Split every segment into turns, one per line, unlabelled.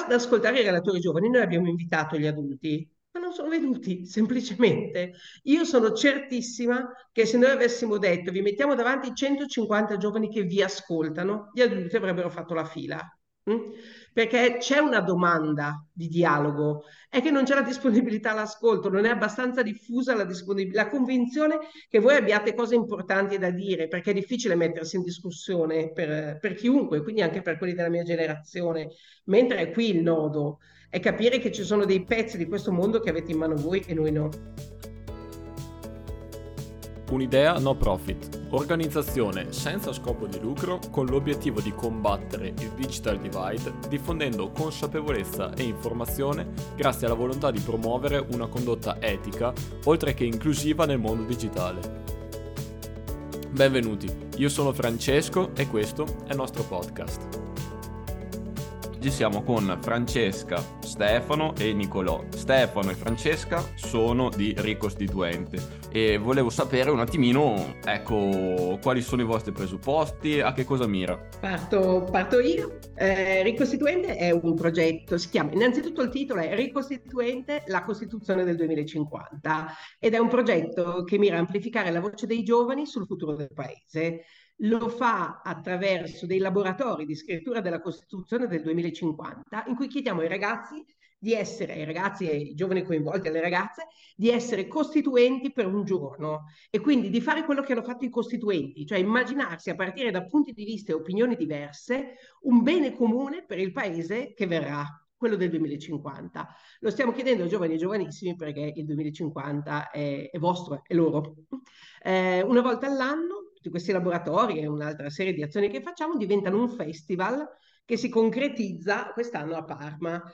ad ascoltare i relatori giovani noi abbiamo invitato gli adulti, ma non sono venuti, semplicemente. Io sono certissima che se noi avessimo detto vi mettiamo davanti 150 giovani che vi ascoltano, gli adulti avrebbero fatto la fila. mm? Perché c'è una domanda di dialogo, è che non c'è la disponibilità all'ascolto, non è abbastanza diffusa la convinzione che voi abbiate cose importanti da dire, perché è difficile mettersi in discussione per chiunque, quindi anche per quelli della mia generazione, mentre è qui il nodo, è capire che ci sono dei pezzi di questo mondo che avete in mano voi e noi no.
Un'idea no profit, organizzazione senza scopo di lucro con l'obiettivo di combattere il digital divide diffondendo consapevolezza e informazione grazie alla volontà di promuovere una condotta etica oltre che inclusiva nel mondo digitale. Benvenuti, io sono Francesco e questo è il nostro podcast.
Oggi siamo con Francesca, Stefano e Nicolò. Stefano e Francesca sono di Ricostituente e volevo sapere un attimino, ecco, quali sono i vostri presupposti, a che cosa mira.
Parto io. Ricostituente è un progetto, si chiama, innanzitutto il titolo è Ricostituente, la Costituzione del 2050 ed è un progetto che mira a amplificare la voce dei giovani sul futuro del Paese. Lo fa attraverso dei laboratori di scrittura della Costituzione del 2050 in cui chiediamo ai ragazzi di essere, ai ragazzi e ai giovani coinvolti, alle ragazze, di essere costituenti per un giorno e quindi di fare quello che hanno fatto i costituenti, cioè immaginarsi a partire da punti di vista e opinioni diverse un bene comune per il paese che verrà, quello del 2050. Lo stiamo chiedendo ai giovani e giovanissimi perché il 2050 è vostro, è loro. Una volta all'anno, tutti questi laboratori e un'altra serie di azioni che facciamo diventano un festival che si concretizza quest'anno a Parma.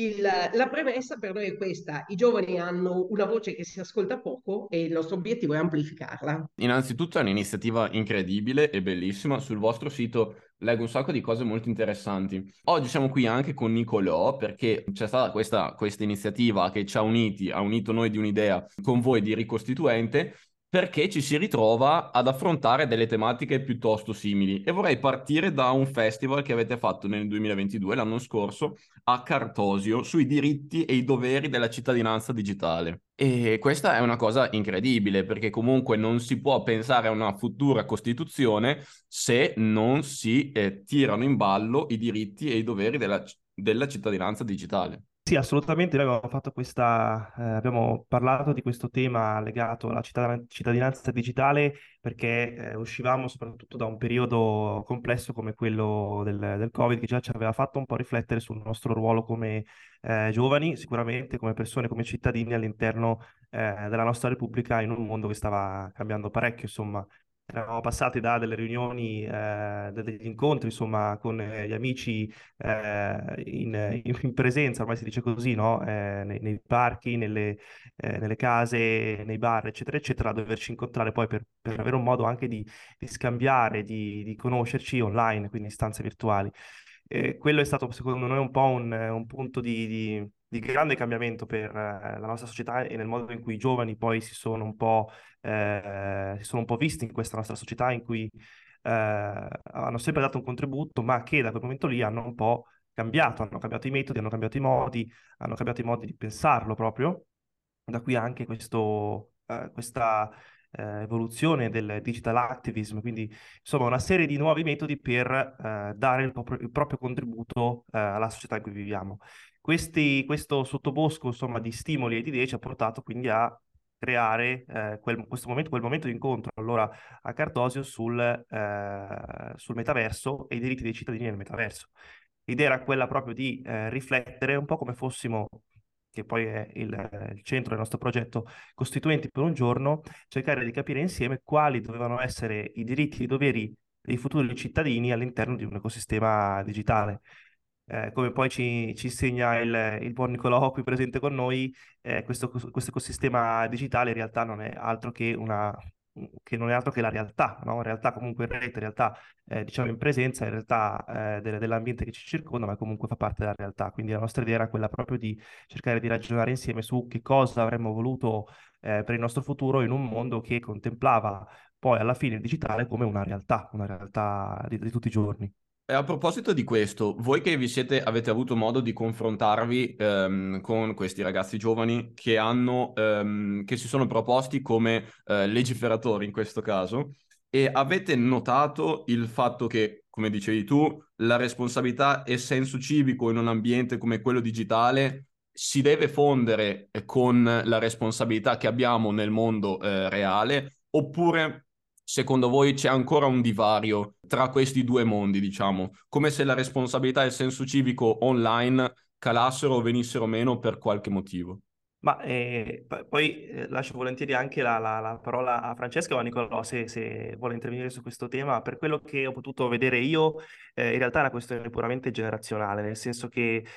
La premessa per noi è questa: i giovani hanno una voce che si ascolta poco e il nostro obiettivo è amplificarla.
Innanzitutto è un'iniziativa incredibile e bellissima. Sul vostro sito leggo un sacco di cose molto interessanti. Oggi siamo qui anche con Nicolò perché c'è stata questa iniziativa che ci ha unito noi di un'idea con voi di Ricostituente, perché ci si ritrova ad affrontare delle tematiche piuttosto simili. E vorrei partire da un festival che avete fatto nel 2022, l'anno scorso, a Cartosio, sui diritti e i doveri della cittadinanza digitale. E questa è una cosa incredibile, perché comunque non si può pensare a una futura Costituzione se non si tirano in ballo i diritti e i doveri della cittadinanza digitale.
Sì, assolutamente. Noi abbiamo fatto abbiamo parlato di questo tema legato alla cittadinanza digitale perché uscivamo soprattutto da un periodo complesso come quello del Covid, che già ci aveva fatto un po' riflettere sul nostro ruolo come giovani, sicuramente come persone, come cittadini all'interno della nostra Repubblica in un mondo che stava cambiando parecchio, insomma. Eravamo passati da delle riunioni, degli incontri, insomma, con gli amici in presenza, ormai si dice così, no? Nei parchi, nelle case, nei bar, eccetera, eccetera, a doverci incontrare poi per avere un modo anche di scambiare, di conoscerci online, quindi in stanze virtuali. Quello è stato secondo noi un po' un punto di grande cambiamento per la nostra società e nel modo in cui i giovani poi si sono un po' visti in questa nostra società in cui hanno sempre dato un contributo, ma che da quel momento lì hanno un po' cambiato, hanno cambiato i metodi, hanno cambiato i modi di pensarlo proprio. Da qui anche questa evoluzione del digital activism, quindi insomma una serie di nuovi metodi per dare il proprio contributo alla società in cui viviamo. Questo sottobosco insomma di stimoli e di idee ci ha portato quindi a creare quel momento di incontro allora a Cartosio sul metaverso e i diritti dei cittadini nel metaverso. L'idea era quella proprio di riflettere un po' come fossimo, che poi è il centro del nostro progetto, costituenti per un giorno, cercare di capire insieme quali dovevano essere i diritti e i doveri dei futuri cittadini all'interno di un ecosistema digitale. Come poi ci insegna il buon Nicolò qui presente con noi, questo ecosistema digitale in realtà non è altro che non è altro che la realtà, no? Realtà comunque in rete, realtà diciamo in presenza, in realtà dell'ambiente che ci circonda, ma comunque fa parte della realtà. Quindi la nostra idea era quella proprio di cercare di ragionare insieme su che cosa avremmo voluto per il nostro futuro in un mondo che contemplava poi alla fine il digitale come una realtà di tutti i giorni.
E a proposito di questo, voi che avete avuto modo di confrontarvi con questi ragazzi giovani che si sono proposti come legiferatori in questo caso, e avete notato il fatto che, come dicevi tu, la responsabilità e senso civico in un ambiente come quello digitale si deve fondere con la responsabilità che abbiamo nel mondo reale, oppure secondo voi c'è ancora un divario tra questi due mondi, diciamo, come se la responsabilità e il senso civico online calassero o venissero meno per qualche motivo?
Ma poi lascio volentieri anche la parola a Francesca o a Nicolò se vuole intervenire su questo tema. Per quello che ho potuto vedere io, in realtà è una questione puramente generazionale, nel senso che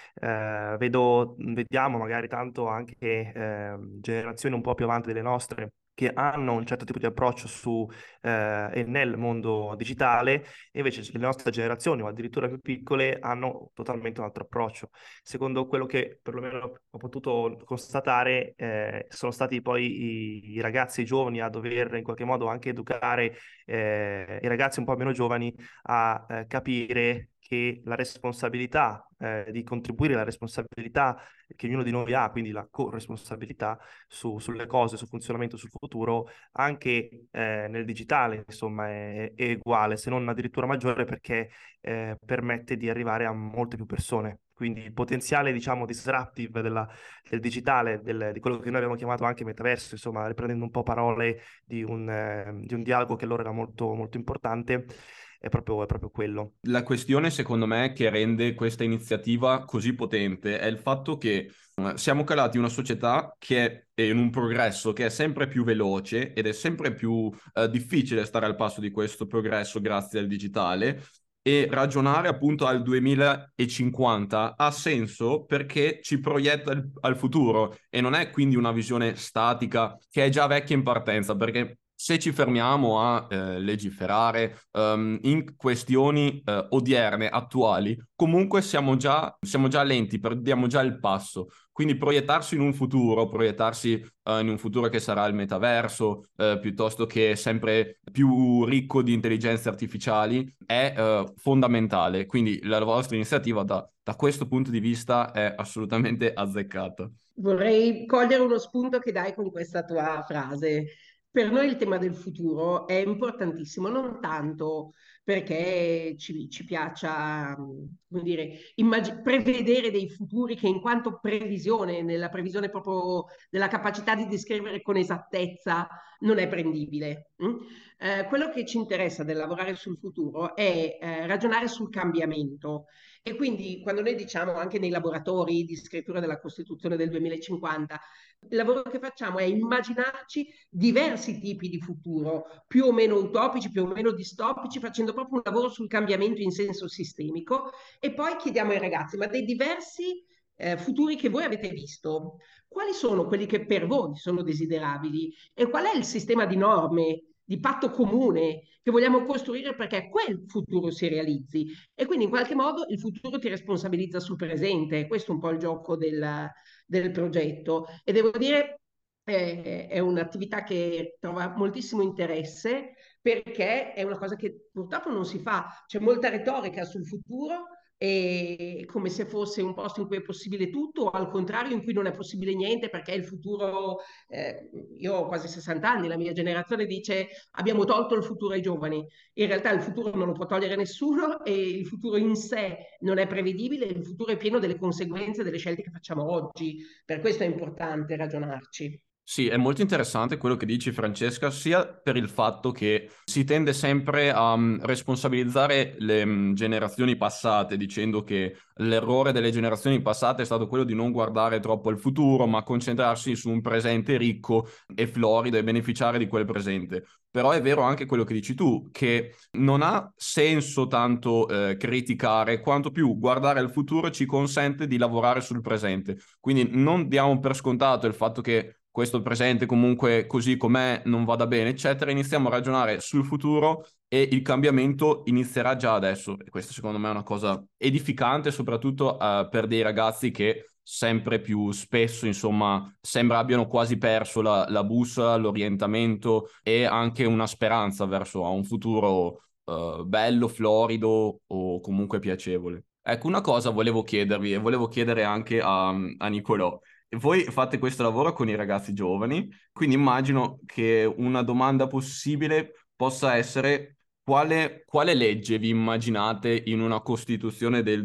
vediamo magari tanto anche generazioni un po' più avanti delle nostre che hanno un certo tipo di approccio e nel mondo digitale, e invece le nostre generazioni o addirittura più piccole hanno totalmente un altro approccio. Secondo quello che perlomeno ho potuto constatare, sono stati poi i ragazzi giovani a dover in qualche modo anche educare i ragazzi un po' meno giovani a capire che la responsabilità di contribuire, la responsabilità che ognuno di noi ha, quindi la corresponsabilità sulle cose, sul funzionamento, sul futuro, anche nel digitale, insomma, è uguale, se non addirittura maggiore, perché permette di arrivare a molte più persone. Quindi il potenziale, diciamo, disruptive del digitale, di quello che noi abbiamo chiamato anche metaverso, insomma, riprendendo un po' parole di un dialogo che allora era molto, molto importante, è proprio quello.
La questione, secondo me, che rende questa iniziativa così potente è il fatto che siamo calati in una società è in un progresso che è sempre più veloce ed è sempre più difficile stare al passo di questo progresso grazie al digitale. E ragionare appunto al 2050 ha senso perché ci proietta al futuro e non è quindi una visione statica che è già vecchia in partenza, perché se ci fermiamo a legiferare in questioni odierne, attuali, comunque siamo già lenti, perdiamo già il passo. Quindi proiettarsi in un futuro che sarà il metaverso, piuttosto che sempre più ricco di intelligenze artificiali, è fondamentale. Quindi la vostra iniziativa da questo punto di vista è assolutamente azzeccata.
Vorrei cogliere uno spunto che dai con questa tua frase. Per noi il tema del futuro è importantissimo, non tanto perché ci piaccia, come dire, prevedere dei futuri che in quanto previsione, nella previsione proprio della capacità di descrivere con esattezza, non è prendibile. Quello che ci interessa del lavorare sul futuro è ragionare sul cambiamento. E quindi quando noi diciamo anche nei laboratori di scrittura della Costituzione del 2050, il lavoro che facciamo è immaginarci diversi tipi di futuro, più o meno utopici, più o meno distopici, facendo proprio un lavoro sul cambiamento in senso sistemico, e poi chiediamo ai ragazzi, ma dei diversi futuri che voi avete visto, quali sono quelli che per voi sono desiderabili e qual è il sistema di norme, di patto comune che vogliamo costruire perché quel futuro si realizzi? E quindi in qualche modo il futuro ti responsabilizza sul presente. Questo è un po' il gioco del progetto. E devo dire, è un'attività che trova moltissimo interesse perché è una cosa che purtroppo non si fa. C'è molta retorica sul futuro, e come se fosse un posto in cui è possibile tutto, o al contrario in cui non è possibile niente perché il futuro, io ho quasi 60 anni, la mia generazione dice abbiamo tolto il futuro ai giovani. In realtà il futuro non lo può togliere nessuno e il futuro in sé non è prevedibile, il futuro è pieno delle conseguenze delle scelte che facciamo oggi. Per questo è importante ragionarci.
Sì, è molto interessante quello che dici, Francesca, sia per il fatto che si tende sempre a responsabilizzare le generazioni passate, dicendo che l'errore delle generazioni passate è stato quello di non guardare troppo al futuro, ma concentrarsi su un presente ricco e florido e beneficiare di quel presente. Però è vero anche quello che dici tu, che non ha senso tanto criticare, quanto più guardare al futuro ci consente di lavorare sul presente. Quindi non diamo per scontato il fatto che questo presente comunque così com'è non vada bene, eccetera. Iniziamo a ragionare sul futuro e il cambiamento inizierà già adesso. E questa secondo me è una cosa edificante, soprattutto per dei ragazzi che sempre più spesso, insomma, sembra abbiano quasi perso la bussola, l'orientamento e anche una speranza verso a un futuro bello, florido o comunque piacevole. Ecco, una cosa volevo chiedervi e volevo chiedere anche a Nicolò. Voi fate questo lavoro con i ragazzi giovani, quindi immagino che una domanda possibile possa essere quale legge vi immaginate in una Costituzione del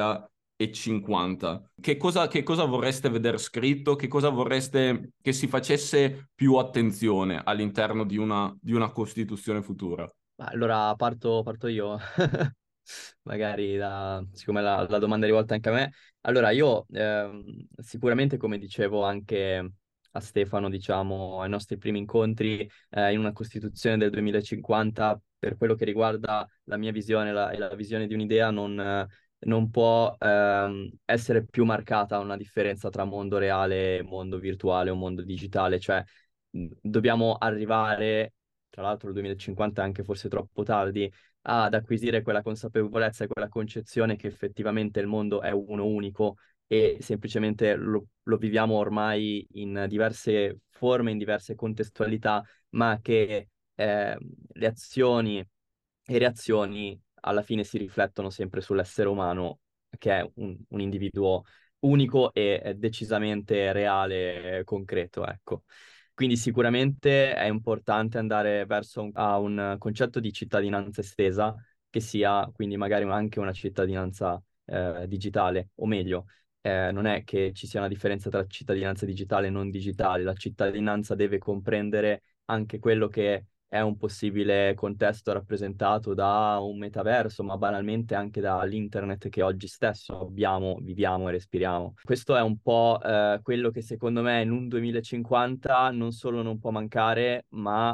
2050? Che cosa vorreste vedere scritto? Che cosa vorreste che si facesse più attenzione all'interno di una Costituzione futura?
Ma allora parto io, magari siccome la domanda è rivolta anche a me. Allora io sicuramente, come dicevo anche a Stefano, diciamo, ai nostri primi incontri, in una Costituzione del 2050, per quello che riguarda la mia visione e la visione di un'idea, non può essere più marcata una differenza tra mondo reale e mondo virtuale o mondo digitale, cioè dobbiamo arrivare, tra l'altro il 2050 è anche forse troppo tardi, ad acquisire quella consapevolezza e quella concezione che effettivamente il mondo è uno unico e semplicemente lo viviamo ormai in diverse forme, in diverse contestualità, ma che le azioni e reazioni alla fine si riflettono sempre sull'essere umano, che è un individuo unico e decisamente reale, concreto, ecco. Quindi sicuramente è importante andare verso a un concetto di cittadinanza estesa, che sia quindi magari anche una cittadinanza digitale, o meglio, non è che ci sia una differenza tra cittadinanza digitale e non digitale, la cittadinanza deve comprendere anche quello che è un possibile contesto rappresentato da un metaverso, ma banalmente anche dall'internet che oggi stesso abbiamo, viviamo e respiriamo. Questo è un po' quello che secondo me in un 2050 non solo non può mancare, ma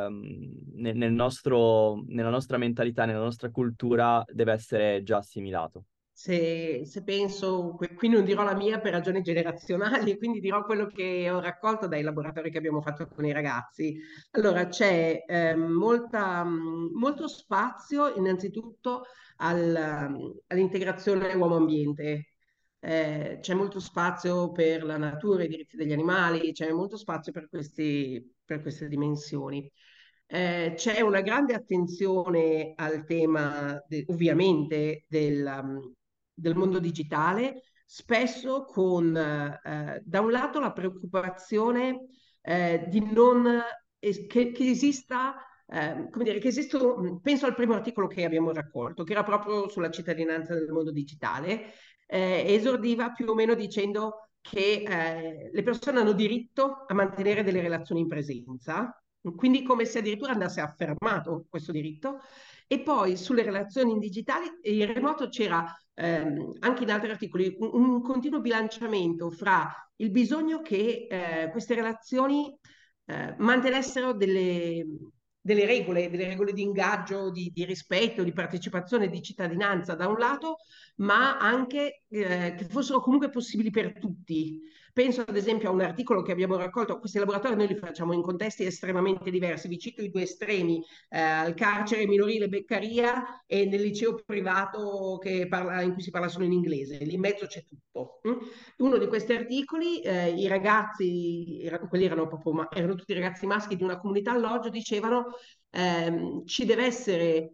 nella nostra mentalità, nella nostra cultura deve essere già assimilato.
Se penso, qui non dirò la mia per ragioni generazionali, quindi dirò quello che ho raccolto dai laboratori che abbiamo fatto con i ragazzi. Allora, c'è molto spazio innanzitutto all'integrazione uomo-ambiente. C'è molto spazio per la natura, i diritti degli animali, c'è molto spazio per queste dimensioni. C'è una grande attenzione al tema, ovviamente, del mondo digitale, spesso con, da un lato, la preoccupazione di non, che esista, come dire, che esisto, penso al primo articolo che abbiamo raccolto, che era proprio sulla cittadinanza del mondo digitale, esordiva più o meno dicendo che le persone hanno diritto a mantenere delle relazioni in presenza, quindi come se addirittura andasse affermato questo diritto. E poi sulle relazioni in digitali, in remoto c'era anche in altri articoli un continuo bilanciamento fra il bisogno che queste relazioni mantenessero delle regole di ingaggio, di rispetto, di partecipazione, di cittadinanza da un lato, ma anche che fossero comunque possibili per tutti. Penso ad esempio a un articolo che abbiamo raccolto, questi laboratori noi li facciamo in contesti estremamente diversi, vi cito i due estremi, al carcere minorile Beccaria e nel liceo privato in cui si parla solo in inglese, lì in mezzo c'è tutto. Uno di questi articoli, i ragazzi, quelli erano proprio, erano tutti ragazzi maschi di una comunità alloggio, dicevano ci deve essere,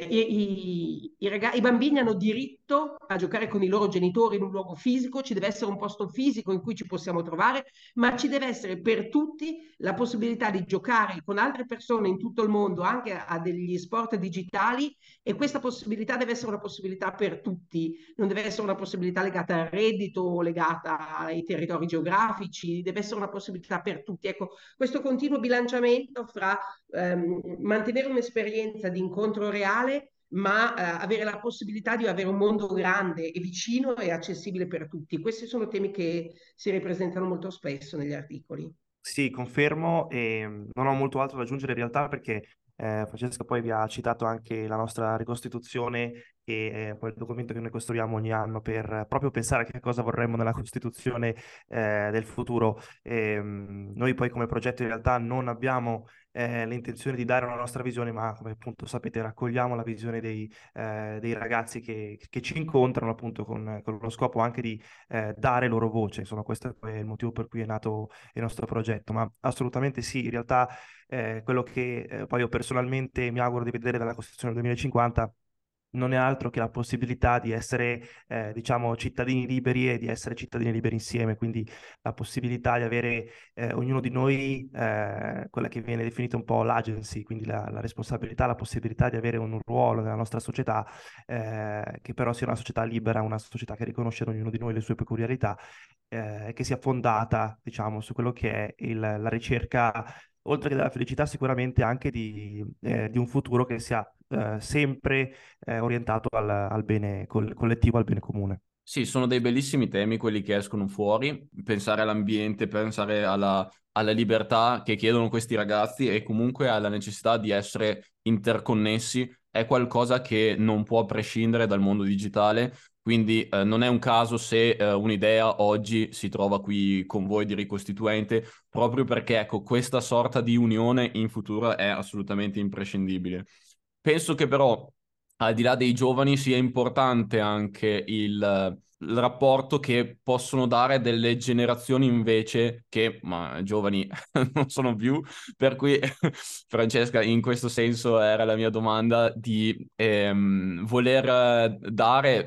i bambini hanno diritto a giocare con i loro genitori in un luogo fisico, ci deve essere un posto fisico in cui ci possiamo trovare, ma ci deve essere per tutti la possibilità di giocare con altre persone in tutto il mondo, anche a degli sport digitali, e questa possibilità deve essere una possibilità per tutti, non deve essere una possibilità legata al reddito, legata ai territori geografici, deve essere una possibilità per tutti. Ecco, questo continuo bilanciamento fra mantenere un'esperienza di incontro reale, ma avere la possibilità di avere un mondo grande e vicino e accessibile per tutti. Questi sono temi che si ripresentano molto spesso negli articoli.
Sì, confermo e non ho molto altro da aggiungere in realtà perché Francesca poi vi ha citato anche la nostra ricostituzione e quel documento che noi costruiamo ogni anno per proprio pensare a che cosa vorremmo nella Costituzione del futuro. Noi poi come progetto in realtà non abbiamo l'intenzione di dare una nostra visione, ma come appunto sapete raccogliamo la visione dei ragazzi che ci incontrano appunto con lo scopo anche di dare loro voce. Insomma, questo è il motivo per cui è nato il nostro progetto, ma assolutamente sì, in realtà quello che poi io personalmente mi auguro di vedere dalla Costituzione del 2050 non è altro che la possibilità di essere, diciamo, cittadini liberi e di essere cittadini liberi insieme, quindi la possibilità di avere ognuno di noi quella che viene definita un po' l'agency, quindi la responsabilità, la possibilità di avere un ruolo nella nostra società, che però sia una società libera, una società che riconosce ad ognuno di noi le sue peculiarità, che sia fondata, diciamo, su quello che è la ricerca, oltre che della felicità, sicuramente anche di un futuro che sia sempre orientato al bene collettivo, al bene comune.
Sì, sono dei bellissimi temi quelli che escono fuori, pensare all'ambiente, pensare alla libertà che chiedono questi ragazzi e comunque alla necessità di essere interconnessi è qualcosa che non può prescindere dal mondo digitale, quindi non è un caso se un'idea oggi si trova qui con voi di Ricostituente, proprio perché ecco, questa sorta di unione in futuro è assolutamente imprescindibile. Penso che però al di là dei giovani sia importante anche il rapporto che possono dare delle generazioni invece che, ma giovani non sono più, per cui Francesca, in questo senso era la mia domanda di voler dare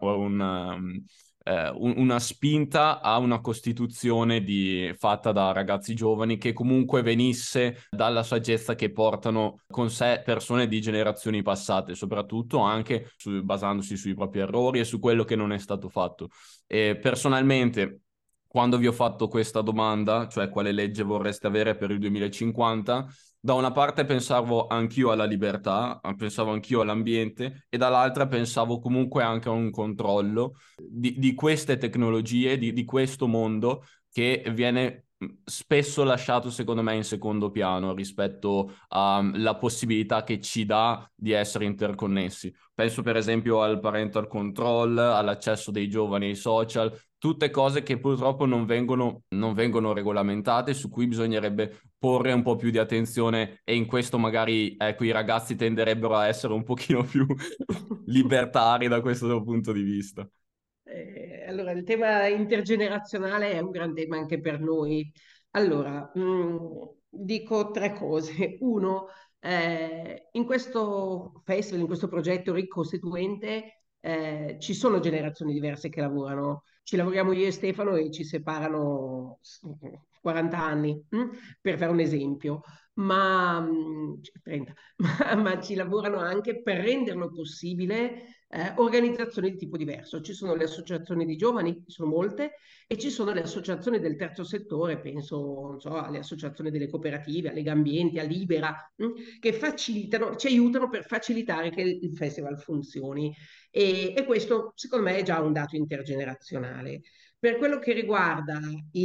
una spinta a una costituzione fatta da ragazzi giovani che comunque venisse dalla saggezza che portano con sé persone di generazioni passate, soprattutto anche basandosi sui propri errori e su quello che non è stato fatto. E personalmente, quando vi ho fatto questa domanda, cioè quale legge vorreste avere per il 2050, da una parte pensavo anch'io alla libertà, pensavo anch'io all'ambiente e dall'altra pensavo comunque anche a un controllo di queste tecnologie, di questo mondo che viene spesso lasciato secondo me in secondo piano rispetto alla possibilità che ci dà di essere interconnessi. Penso per esempio al parental control, all'accesso dei giovani ai social, tutte cose che purtroppo non vengono regolamentate, su cui bisognerebbe porre un po' più di attenzione e in questo magari ecco, i ragazzi tenderebbero a essere un pochino più libertari da questo punto di vista.
Allora, il tema intergenerazionale è un gran tema anche per noi. Allora, dico tre cose. Uno, in questo festival, in questo progetto Ricostituente, ci sono generazioni diverse che lavorano. Ci lavoriamo io e Stefano e ci separano 40 anni, per fare un esempio, ma 30, ma ci lavorano anche per renderlo possibile organizzazioni di tipo diverso. Ci sono le associazioni di giovani, sono molte, e ci sono le associazioni del terzo settore, penso, non so, alle associazioni delle cooperative, alle Legambienti, a Libera, che facilitano, ci aiutano per facilitare che il festival funzioni. E questo, secondo me, è già un dato intergenerazionale. Per quello che riguarda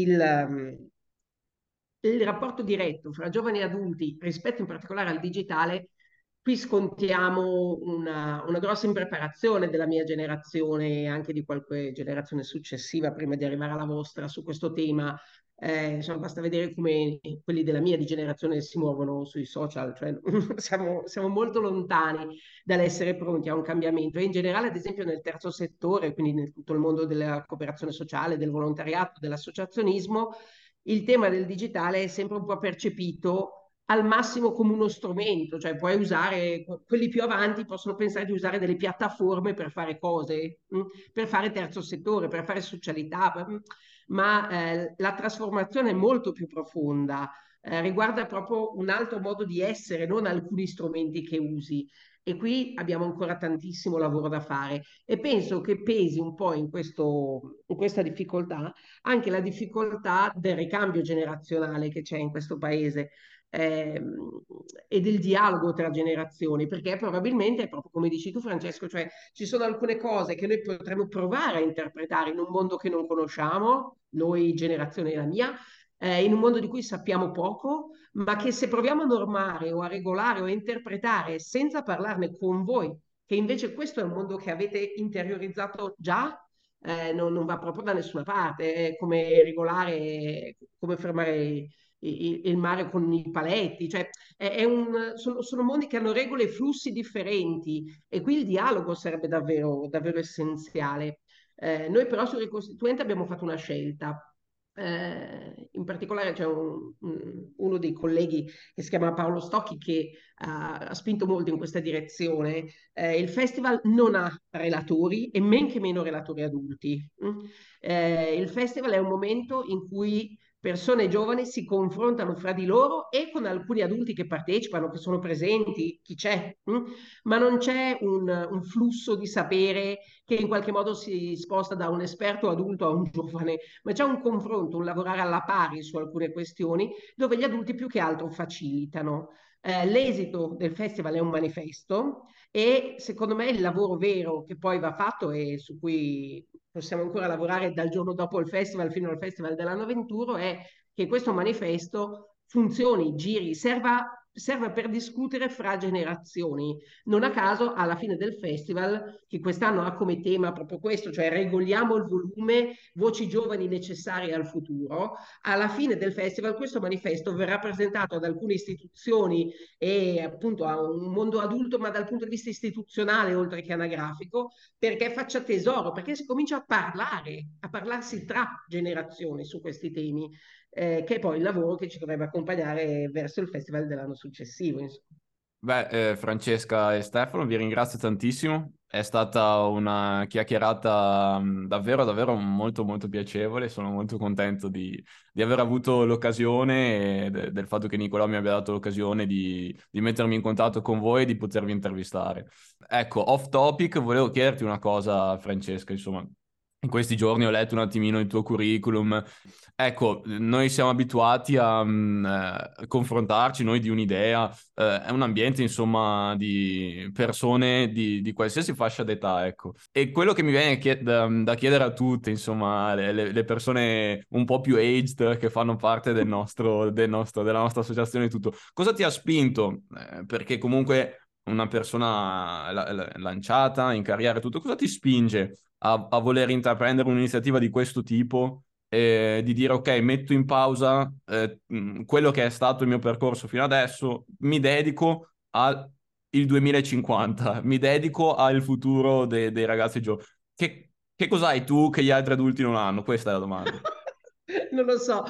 il rapporto diretto fra giovani e adulti rispetto in particolare al digitale, qui scontiamo una grossa impreparazione della mia generazione e anche di qualche generazione successiva prima di arrivare alla vostra su questo tema. Insomma, basta vedere come quelli della mia di generazione si muovono sui social, cioè siamo molto lontani dall'essere pronti a un cambiamento e in generale, ad esempio, nel terzo settore, quindi nel tutto il mondo della cooperazione sociale, del volontariato, dell'associazionismo, il tema del digitale è sempre un po' percepito al massimo come uno strumento, cioè puoi usare, quelli più avanti possono pensare di usare delle piattaforme per fare cose, per fare terzo settore, per fare socialità, ma la trasformazione è molto più profonda, riguarda proprio un altro modo di essere, non alcuni strumenti che usi. E qui abbiamo ancora tantissimo lavoro da fare e penso che pesi un po' in questa difficoltà anche la difficoltà del ricambio generazionale che c'è in questo paese ehm, e del dialogo tra generazioni, perché probabilmente è proprio come dici tu, Francesco, cioè ci sono alcune cose che noi potremmo provare a interpretare in un mondo che non conosciamo, noi generazione la mia, in un mondo di cui sappiamo poco, ma che se proviamo a normare o a regolare o a interpretare senza parlarne con voi, che invece questo è un mondo che avete interiorizzato già, non va proprio da nessuna parte, è come regolare, come fermare il mare con i paletti, cioè sono mondi che hanno regole e flussi differenti e qui il dialogo sarebbe davvero, davvero essenziale. Noi però sul ricostituente abbiamo fatto una scelta. In particolare c'è uno dei colleghi che si chiama Paolo Stocchi che ha spinto molto in questa direzione. Il festival non ha relatori e men che meno relatori adulti. Il festival è un momento in cui persone giovani si confrontano fra di loro e con alcuni adulti che partecipano, che sono presenti, chi c'è, ma non c'è un flusso di sapere che in qualche modo si sposta da un esperto adulto a un giovane, ma c'è un confronto, un lavorare alla pari su alcune questioni dove gli adulti più che altro facilitano. L'esito del festival è un manifesto e secondo me il lavoro vero che poi va fatto e su cui possiamo ancora lavorare dal giorno dopo il festival fino al festival dell'anno 21 è che questo manifesto funzioni, giri, serva per discutere fra generazioni. Non a caso, alla fine del festival, che quest'anno ha come tema proprio questo, cioè regoliamo il volume, voci giovani necessarie al futuro, alla fine del festival questo manifesto verrà presentato ad alcune istituzioni e appunto a un mondo adulto, ma dal punto di vista istituzionale oltre che anagrafico, perché faccia tesoro, perché si comincia a parlare, a parlarsi tra generazioni su questi temi, che è poi il lavoro che ci dovrebbe accompagnare verso il festival dell'anno successivo, insomma.
Beh, Francesca e Stefano, vi ringrazio tantissimo. È stata una chiacchierata davvero, davvero molto, molto piacevole. Sono molto contento di aver avuto l'occasione e del fatto che Nicolò mi abbia dato l'occasione di mettermi in contatto con voi e di potervi intervistare. Ecco, off topic, volevo chiederti una cosa, Francesca, insomma. In questi giorni ho letto un attimino il tuo curriculum. Ecco, noi siamo abituati a confrontarci, noi di un'idea, è un ambiente insomma di persone di qualsiasi fascia d'età, ecco. E quello che mi viene da chiedere a tutte, insomma, le persone un po' più aged che fanno parte della nostra associazione e tutto, cosa ti ha spinto? Perché comunque una persona lanciata in carriera e tutto, cosa ti spinge a voler intraprendere un'iniziativa di questo tipo? Di dire ok, metto in pausa quello che è stato il mio percorso fino adesso, mi dedico al 2050, mi dedico al futuro dei ragazzi giovani. Che cos'hai tu che gli altri adulti non hanno? Questa è la domanda.
Non lo so.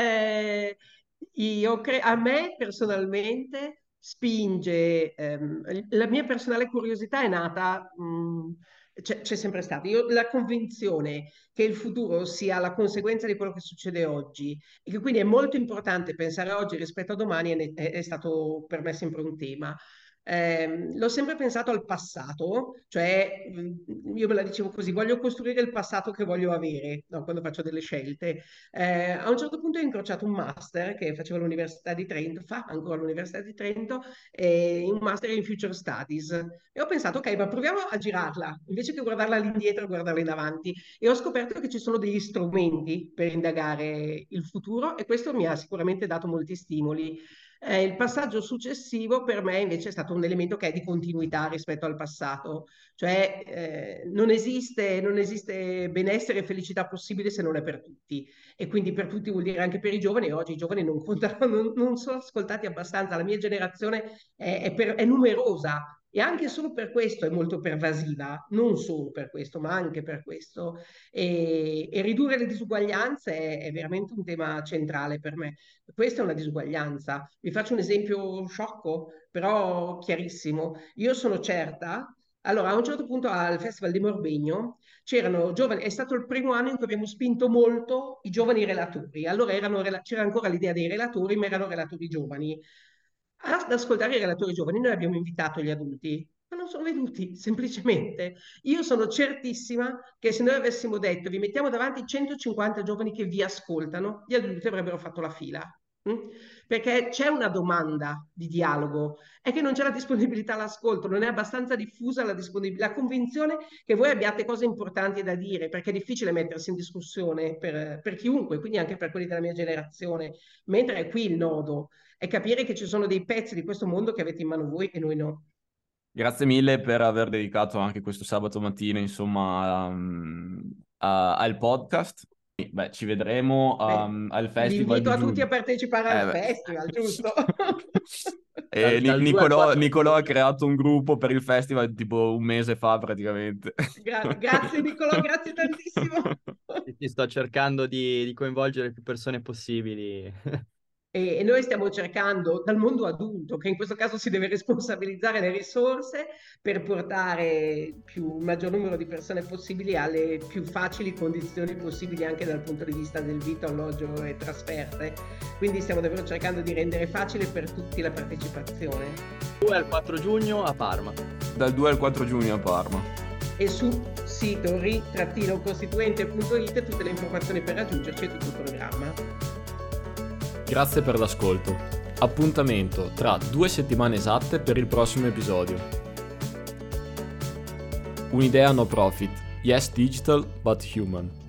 A me personalmente spinge, la mia personale curiosità è nata, c'è sempre stata. Io la convinzione che il futuro sia la conseguenza di quello che succede oggi e che quindi è molto importante pensare oggi rispetto a domani è stato per me sempre un tema. L'ho sempre pensato al passato, cioè io me la dicevo così, voglio costruire il passato che voglio avere, no, quando faccio delle scelte. A un certo punto ho incrociato un master che faceva all'Università di Trento, fa ancora l'Università di Trento, un master in Future Studies. E ho pensato, ok, ma proviamo a girarla, invece che guardarla all'indietro e guardarla in avanti. E ho scoperto che ci sono degli strumenti per indagare il futuro e questo mi ha sicuramente dato molti stimoli. Il passaggio successivo per me invece è stato un elemento che è di continuità rispetto al passato, cioè non esiste benessere e felicità possibile se non è per tutti e quindi per tutti vuol dire anche per i giovani e oggi i giovani non contano, non sono ascoltati abbastanza, la mia generazione è numerosa. E anche solo per questo è molto pervasiva, non solo per questo, ma anche per questo. E ridurre le disuguaglianze è veramente un tema centrale per me. Questa è una disuguaglianza. Vi faccio un esempio sciocco, però chiarissimo. Io sono certa, allora a un certo punto al Festival di Morbegno c'erano giovani, è stato il primo anno in cui abbiamo spinto molto i giovani relatori. Allora c'era ancora l'idea dei relatori, ma erano relatori giovani. Ad ascoltare i relatori giovani noi abbiamo invitato gli adulti, ma non sono venuti, semplicemente. Io sono certissima che se noi avessimo detto vi mettiamo davanti 150 giovani che vi ascoltano, gli adulti avrebbero fatto la fila. Perché c'è una domanda di dialogo, è che non c'è la disponibilità all'ascolto, non è abbastanza diffusa la convinzione che voi abbiate cose importanti da dire, perché è difficile mettersi in discussione per chiunque, quindi anche per quelli della mia generazione, mentre è qui il nodo, è capire che ci sono dei pezzi di questo mondo che avete in mano voi e noi no.
Grazie mille per aver dedicato anche questo sabato mattina, insomma, al podcast. Beh, ci vedremo al
Vi
festival
invito
di
a tutti a
giugno.
partecipare al
Beh.
festival, giusto?
E
Dal 2 al
Nicolò
4
Nicolò ha
giugno.
creato un gruppo per il festival tipo un mese fa praticamente.
Grazie Nicolò, grazie tantissimo.
Ti sto cercando di coinvolgere più persone possibili.
E noi stiamo cercando dal mondo adulto, che in questo caso si deve responsabilizzare le risorse per portare il maggior numero di persone possibili alle più facili condizioni possibili anche dal punto di vista del vitto, alloggio e trasferte. Quindi stiamo davvero cercando di rendere facile per tutti la partecipazione.
2 al 4 giugno a Parma.
Dal 2 al 4 giugno a Parma.
E sul sito ri-costituente.it tutte le informazioni per raggiungerci e tutto il programma.
Grazie per l'ascolto. Appuntamento tra 2 settimane esatte per il prossimo episodio. Un'idea no profit. Yes digital but human.